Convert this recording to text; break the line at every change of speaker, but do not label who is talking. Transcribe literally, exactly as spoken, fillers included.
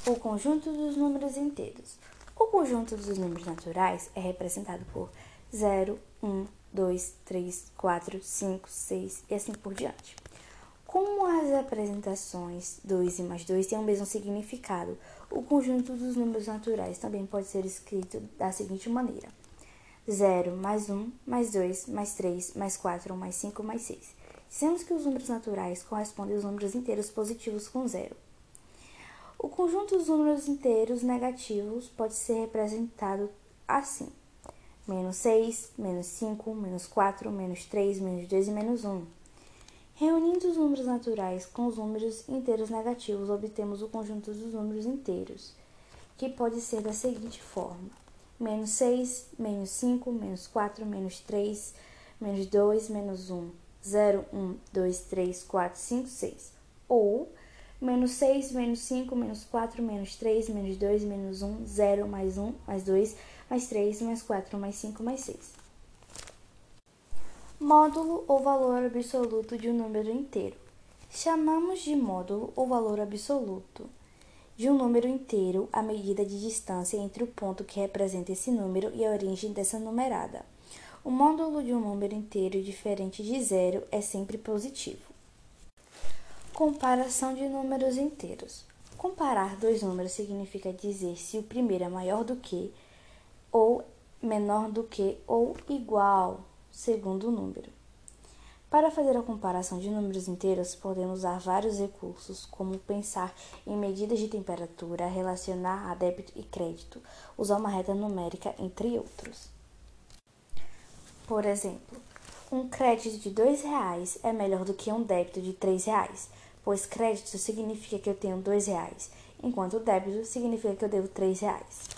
O conjunto dos números inteiros. O conjunto dos números naturais é representado por zero, um, dois, três, quatro, cinco, seis e assim por diante. Como as representações dois e mais dois têm o mesmo significado, o conjunto dos números naturais também pode ser escrito da seguinte maneira: zero mais um, mais dois, mais três, mais quatro, mais cinco, mais seis. Dizemos que os números naturais correspondem aos números inteiros positivos com zero. O conjunto dos números inteiros negativos pode ser representado assim: menos seis, menos cinco, menos quatro, menos três, menos dois e menos um. Reunindo os números naturais com os números inteiros negativos, obtemos o conjunto dos números inteiros, que pode ser da seguinte forma: menos seis, menos cinco, menos quatro, menos três, menos dois, menos um, zero, um, dois, três, quatro, cinco, seis. Ou menos seis, menos cinco, menos quatro, menos três, menos dois, menos um, zero, mais um, mais dois, mais três, mais quatro, mais cinco, mais seis. Módulo ou valor absoluto de um número inteiro. Chamamos de módulo ou valor absoluto de um número inteiro a medida de distância entre o ponto que representa esse número e a origem dessa numerada. O módulo de um número inteiro diferente de zero é sempre positivo. Comparação de números inteiros. Comparar dois números significa dizer se o primeiro é maior do que, ou menor do que, ou igual, segundo o número. Para fazer a comparação de números inteiros, podemos usar vários recursos, como pensar em medidas de temperatura, relacionar a débito e crédito, usar uma reta numérica, entre outros. Por exemplo, um crédito de dois reais é melhor do que um débito de três reais, pois crédito significa que eu tenho dois reais, enquanto débito significa que eu devo três reais.